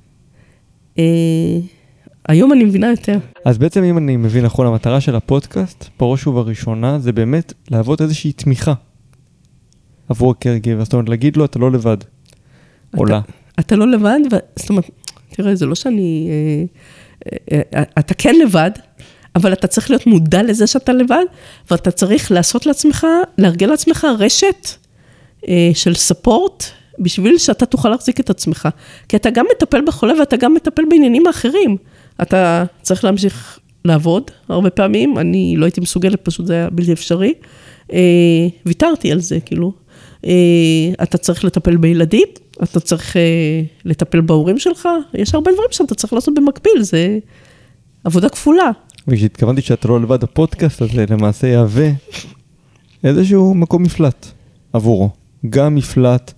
היום אני מבינה יותר. אז בעצם אם אני מבין נכון, המטרה של הפודקאסט, בראש ובראשונה, זה באמת להוות איזושהי תמיכה עבור הקרג'יבר. זאת אומרת, להגיד לו, אתה לא לבד. עולה. אתה לא לבד, זאת אומרת, תראה, זה לא שאני... אתה כן לבד, אבל אתה צריך להיות מודע לזה שאתה לבד, ואתה צריך לעשות לעצמך, לארגן לעצמך רשת אה, של ספורט, בשביל שאתה תוכל להחזיק את עצמך. כי אתה גם מטפל בחולה, ואתה גם מטפל בעניינים האחרים. אתה צריך להמשיך לעבוד הרבה פעמים, אני לא הייתי מסוגלת, פשוט זה היה בלתי אפשרי. אה, ויתרתי על זה, כאילו. אה, אתה צריך לטפל בילדים, אתה צריך אה, לטפל בהורים שלך, יש הרבה דברים שאתה צריך לעשות במקביל, זה עבודה כפולה. וכשהתכוונתי שאתה לא לבד הפודקאסט הזה, למעשה יהווה איזשהו מקום מפלט עבורו. גם מפלט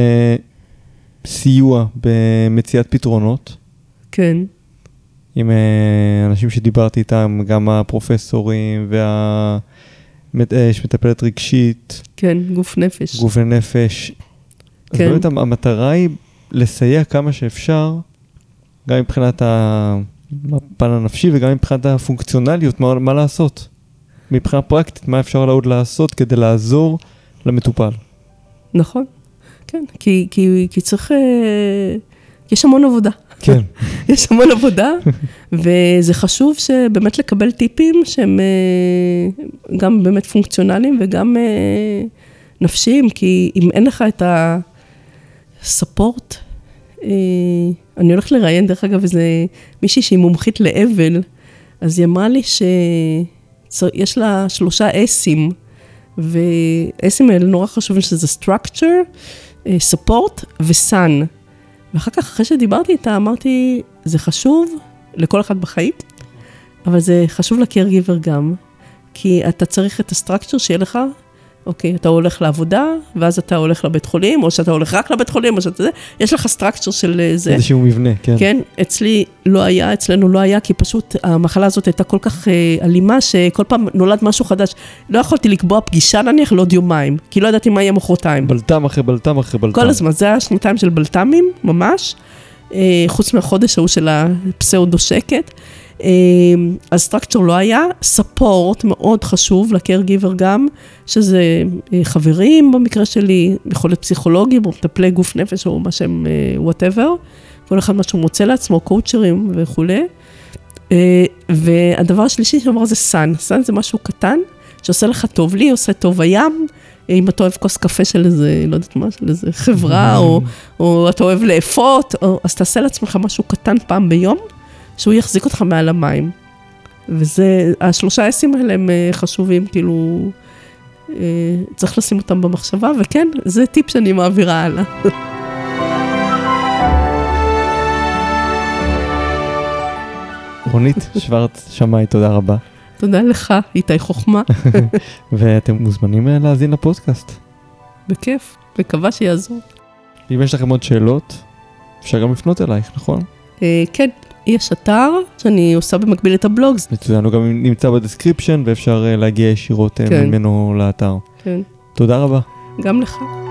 לסיוע במציאת פתרונות. כן. עם אנשים שדיברתי איתם, גם הפרופסורים וה... שמטפלת רגשית. כן, גוף נפש. גוף לנפש. כן. אז באמת המטרה היא לסייע כמה שאפשר, גם מבחינת הפן הנפשי וגם מבחינת הפונקציונליות, מה, מה לעשות. מבחינה פרקטית, מה אפשר עוד לעשות כדי לעזור למטופל. נכון, כן, כי, כי, כי צריך, יש המון עבודה. כן. יש המון עבודה, וזה חשוב שבאמת לקבל טיפים שהם גם באמת פונקציונליים וגם נפשיים, כי אם אין לך את הספורט, אני הולכת לראיין דרך אגב איזה מישהי שהיא מומחית לאבל, אז היא אמרה לי שיש לה שלושה אסים, ואסים האלה נורא חשובים שזה structure, support ו-sun. ואחר כך, אחרי שדיברתי איתה, אמרתי, זה חשוב לכל אחד בחיים, אבל זה חשוב ל-caregiver גם, כי אתה צריך את הסטרקצ'ר שיהיה לך, אוקיי, אתה הולך לעבודה, ואז אתה הולך לבית חולים, או שאתה הולך רק לבית חולים, או שאתה זה, יש לך סטרקצ'ר של זה. איזשהו מבנה, כן. כן, אצלי לא היה, אצלנו לא היה, כי פשוט המחלה הזאת הייתה כל כך אה, אלימה, שכל פעם נולד משהו חדש. לא יכולתי לקבוע פגישה נניח לעוד יומיים, כי לא ידעתי מה יהיה מחרתיים. בלטם אחרי בלטם אחרי בלטם. כל הזמן, זה היה שנתיים של בלטמים, ממש, אה, חוץ מהחודש ההוא של הפסאודו שקט. אז סטרקצ'ר לא היה, ספורט מאוד חשוב לקרגיבר גם, שזה חברים במקרה שלי, יכול להיות פסיכולוגים או מטפלי גוף נפש או מה שהם, whatever, כל אחד מה שהוא מוצא לעצמו, קואוצ'רים וכו'. והדבר השלישי שאמר זה סן, סן זה משהו קטן, שעושה לך טוב, לי עושה טוב הים, אם אתה אוהב כוס קפה של איזה, לא יודעת מה, של איזה חברה, או, או אתה אוהב לאפות, או, אז תעשה לעצמך משהו קטן פעם ביום, שהוא יחזיק אותך מעל המים. וזה, השלושה אסים האלה הם חשובים, כאילו, צריך לשים אותם במחשבה, וכן, זה טיפ שאני מעבירה הלאה. רונית שוורץ שמאי, תודה רבה. תודה לך, איתי חוכמה. ואתם מוזמנים להאזין לפודקאסט. בכיף, מקווה שיעזור. אם יש לכם עוד שאלות, אפשר גם לפנות אלייך, נכון? כן. יש אתר שאני עושה במקביל את הבלוגס. מצוין, הוא גם נמצא בדסקריפשן ואפשר להגיע ישירות ממנו לאתר. כן. תודה רבה. גם לך.